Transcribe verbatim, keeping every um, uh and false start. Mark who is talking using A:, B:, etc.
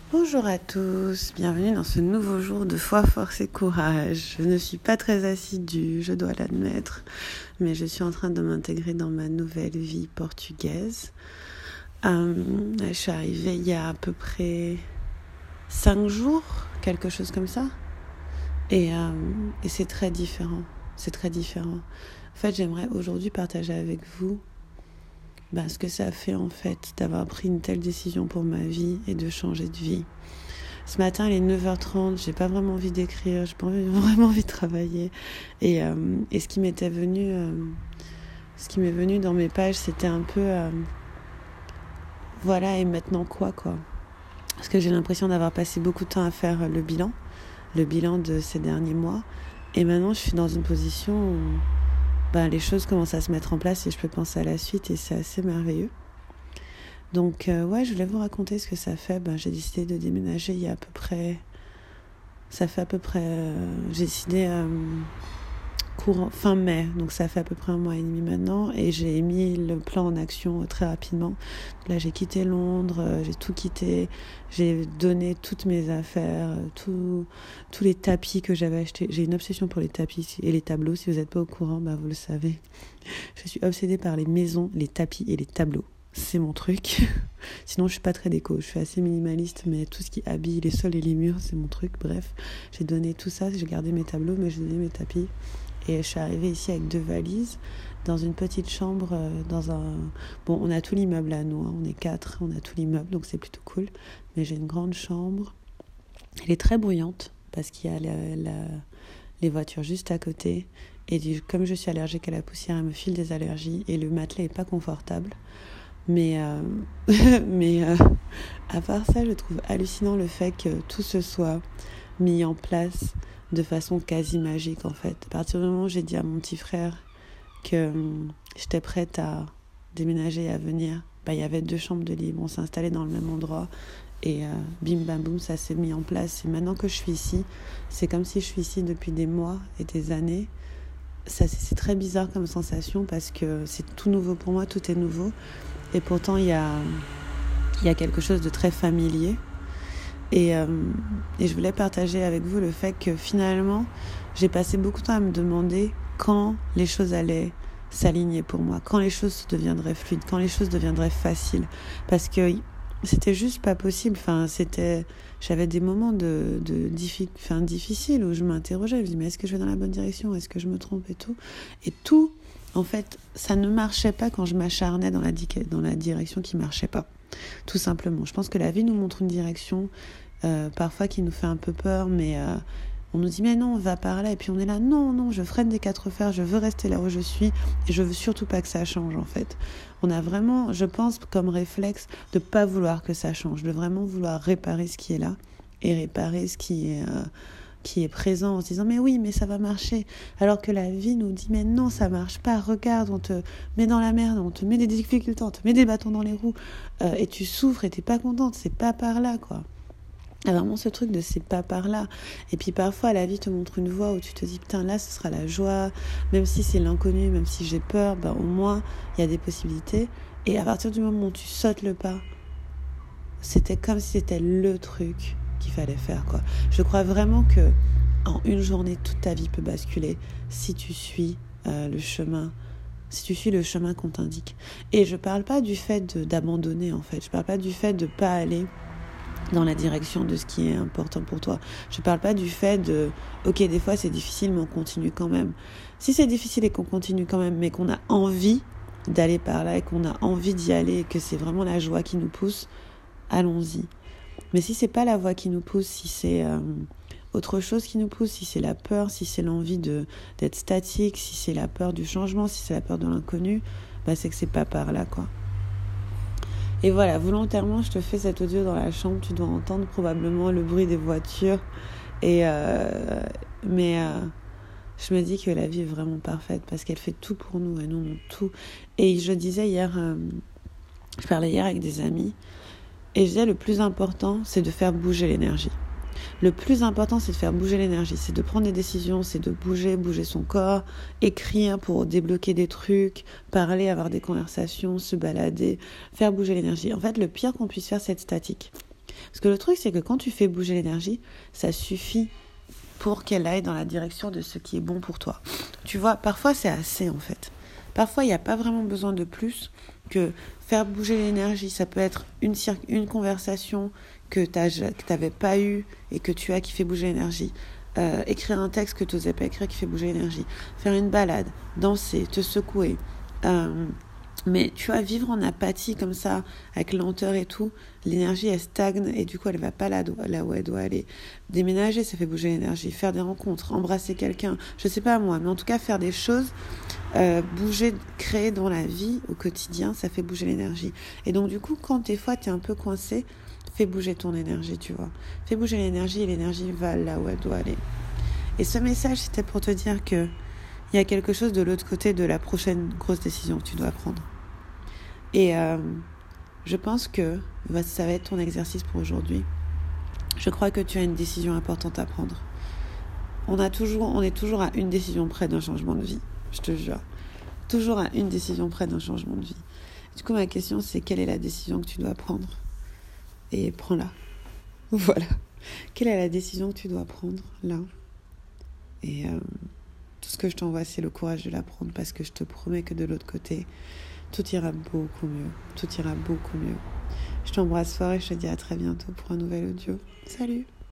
A: Bonjour à tous, bienvenue dans ce nouveau jour de foi, force et courage. Je ne suis pas très assidue, je dois l'admettre, mais je suis en train de m'intégrer dans ma nouvelle vie portugaise. Euh, je suis arrivée il y a à peu près cinq jours, quelque chose comme ça, et, euh, et c'est très différent, c'est très différent. En fait, j'aimerais aujourd'hui partager avec vous Ben, ce que ça fait en fait d'avoir pris une telle décision pour ma vie et de changer de vie. Ce matin, il est neuf heures trente, j'ai pas vraiment envie d'écrire, j'ai pas envie, vraiment envie de travailler. Et, euh, et ce qui m'était venu, euh, ce qui m'est venu dans mes pages, c'était un peu, euh, voilà, et maintenant quoi, quoi. Parce que j'ai l'impression d'avoir passé beaucoup de temps à faire le bilan, le bilan de ces derniers mois. Et maintenant, je suis dans une position où ben, les choses commencent à se mettre en place et je peux penser à la suite et c'est assez merveilleux. Donc euh, ouais, je voulais vous raconter ce que ça fait. Ben, j'ai décidé de déménager il y a à peu près... Ça fait à peu près... Euh, j'ai décidé euh, courant, fin mai, donc ça fait à peu près un mois et demi maintenant et j'ai mis le plan en action très rapidement. Là, j'ai quitté Londres, euh, j'ai tout quitté, j'ai donné toutes mes affaires, tout, tous les tapis que j'avais achetés. J'ai une obsession pour les tapis et les tableaux. Si vous n'êtes pas au courant, bah, vous le savez. Je suis obsédée par les maisons, les tapis et les tableaux. C'est mon truc. Sinon, je suis pas très déco. Je suis assez minimaliste, mais tout ce qui habille les sols et les murs, c'est mon truc. Bref, j'ai donné tout ça. J'ai gardé mes tableaux, mais j'ai donné mes tapis. Et je suis arrivée ici avec deux valises, dans une petite chambre, dans un... Bon, on a tout l'immeuble à nous, hein. On est quatre, on a tout l'immeuble, donc c'est plutôt cool. Mais j'ai une grande chambre. Elle est très bruyante, parce qu'il y a la, la... les voitures juste à côté. Et du... comme je suis allergique à la poussière, elle me file des allergies. Et le matelas n'est pas confortable. Mais, euh... mais euh... à part ça, je trouve hallucinant le fait que tout se soit mis en place de façon quasi magique en fait. À partir du moment où j'ai dit à mon petit frère que hum, j'étais prête à déménager et à venir, bah, il y avait deux chambres de libre, on s'est installé dans le même endroit et euh, bim bam boum, ça s'est mis en place. Et maintenant que je suis ici, c'est comme si je suis ici depuis des mois et des années. Ça, c'est, c'est très bizarre comme sensation parce que c'est tout nouveau pour moi, tout est nouveau et pourtant il y a, il y a quelque chose de très familier. Et, euh, et je voulais partager avec vous le fait que finalement, j'ai passé beaucoup de temps à me demander quand les choses allaient s'aligner pour moi, quand les choses deviendraient fluides, quand les choses deviendraient faciles. Parce que c'était juste pas possible. Enfin, c'était, j'avais des moments de, de diffi- enfin, difficiles où je m'interrogeais. Je me disais, mais est-ce que je vais dans la bonne direction? Est-ce que je me trompe et tout? Et tout, en fait, ça ne marchait pas quand je m'acharnais dans la, di- dans la direction qui marchait pas. Tout simplement. Je pense que la vie nous montre une direction euh, parfois qui nous fait un peu peur, mais euh, on nous dit mais non, on va par là, et puis on est là, non, non, je freine des quatre fers, je veux rester là où je suis, et je veux surtout pas que ça change en fait. On a vraiment, je pense, comme réflexe de pas vouloir que ça change, de vraiment vouloir réparer ce qui est là, et réparer ce qui est... Euh, qui est présent en se disant mais oui mais ça va marcher, alors que la vie nous dit mais non ça marche pas, regarde on te met dans la merde, on te met des difficultés, on te met des bâtons dans les roues euh, et tu souffres et t'es pas contente, c'est pas par là quoi. Il y a vraiment ce truc de c'est pas par là. Et puis parfois la vie te montre une voie où tu te dis putain là ce sera la joie, même si c'est l'inconnu, même si j'ai peur, ben au moins il y a des possibilités. Et à partir du moment où tu sautes le pas, c'était comme si c'était le truc qu'il fallait faire quoi. Je crois vraiment que en une journée toute ta vie peut basculer si tu suis euh, le chemin, si tu suis le chemin qu'on t'indique. Et je parle pas du fait de, d'abandonner en fait. Je parle pas du fait de pas aller dans la direction de ce qui est important pour toi. Je parle pas du fait de ok des fois c'est difficile mais on continue quand même. Si c'est difficile et qu'on continue quand même mais qu'on a envie d'aller par là et qu'on a envie d'y aller et que c'est vraiment la joie qui nous pousse, allons-y. Mais si c'est pas la voie qui nous pousse, si c'est euh, autre chose qui nous pousse, si c'est la peur, si c'est l'envie de, d'être statique, si c'est la peur du changement, si c'est la peur de l'inconnu, bah c'est que c'est pas par là, quoi. Et voilà, volontairement, je te fais cet audio dans la chambre, tu dois entendre probablement le bruit des voitures. Et euh, mais euh, je me dis que la vie est vraiment parfaite parce qu'elle fait tout pour nous, elle nous montre tout. Et je disais hier, euh, je parlais hier avec des amis, et je disais le plus important, c'est de faire bouger l'énergie. Le plus important, c'est de faire bouger l'énergie, c'est de prendre des décisions, c'est de bouger, bouger son corps, écrire pour débloquer des trucs, parler, avoir des conversations, se balader, faire bouger l'énergie. En fait, le pire qu'on puisse faire, c'est être statique. Parce que le truc, c'est que quand tu fais bouger l'énergie, ça suffit pour qu'elle aille dans la direction de ce qui est bon pour toi. Tu vois, parfois c'est assez en fait. Parfois, il n'y a pas vraiment besoin de plus que faire bouger l'énergie. Ça peut être une, cir- une conversation que tu n'avais pas eue et que tu as qui fait bouger l'énergie. Euh, écrire un texte que tu n'osais pas écrire qui fait bouger l'énergie. Faire une balade, danser, te secouer. Euh, mais tu vois, vivre en apathie comme ça, avec lenteur et tout, l'énergie elle stagne et du coup elle va pas là, là où elle doit aller. Déménager, ça fait bouger l'énergie. Faire des rencontres, embrasser quelqu'un, je sais pas moi, mais en tout cas faire des choses, euh, bouger, créer dans la vie au quotidien, ça fait bouger l'énergie. Et donc du coup, quand des fois t'es un peu coincé, fais bouger ton énergie, tu vois. Fais bouger l'énergie et l'énergie va là où elle doit aller. Et ce message, c'était pour te dire que il y a quelque chose de l'autre côté de la prochaine grosse décision que tu dois prendre. Et euh, je pense que ça va être ton exercice pour aujourd'hui. Je crois que tu as une décision importante à prendre. On, a toujours, on est toujours à une décision près d'un changement de vie, je te jure. Toujours à une décision près d'un changement de vie. Du coup, ma question, c'est quelle est la décision que tu dois prendre ? Et prends-la. Voilà. Quelle est la décision que tu dois prendre, là ? Et euh, tout ce que je t'envoie, c'est le courage de la prendre parce que je te promets que de l'autre côté, tout ira beaucoup mieux. Tout ira beaucoup mieux. Je t'embrasse fort et je te dis à très bientôt pour un nouvel audio. Salut!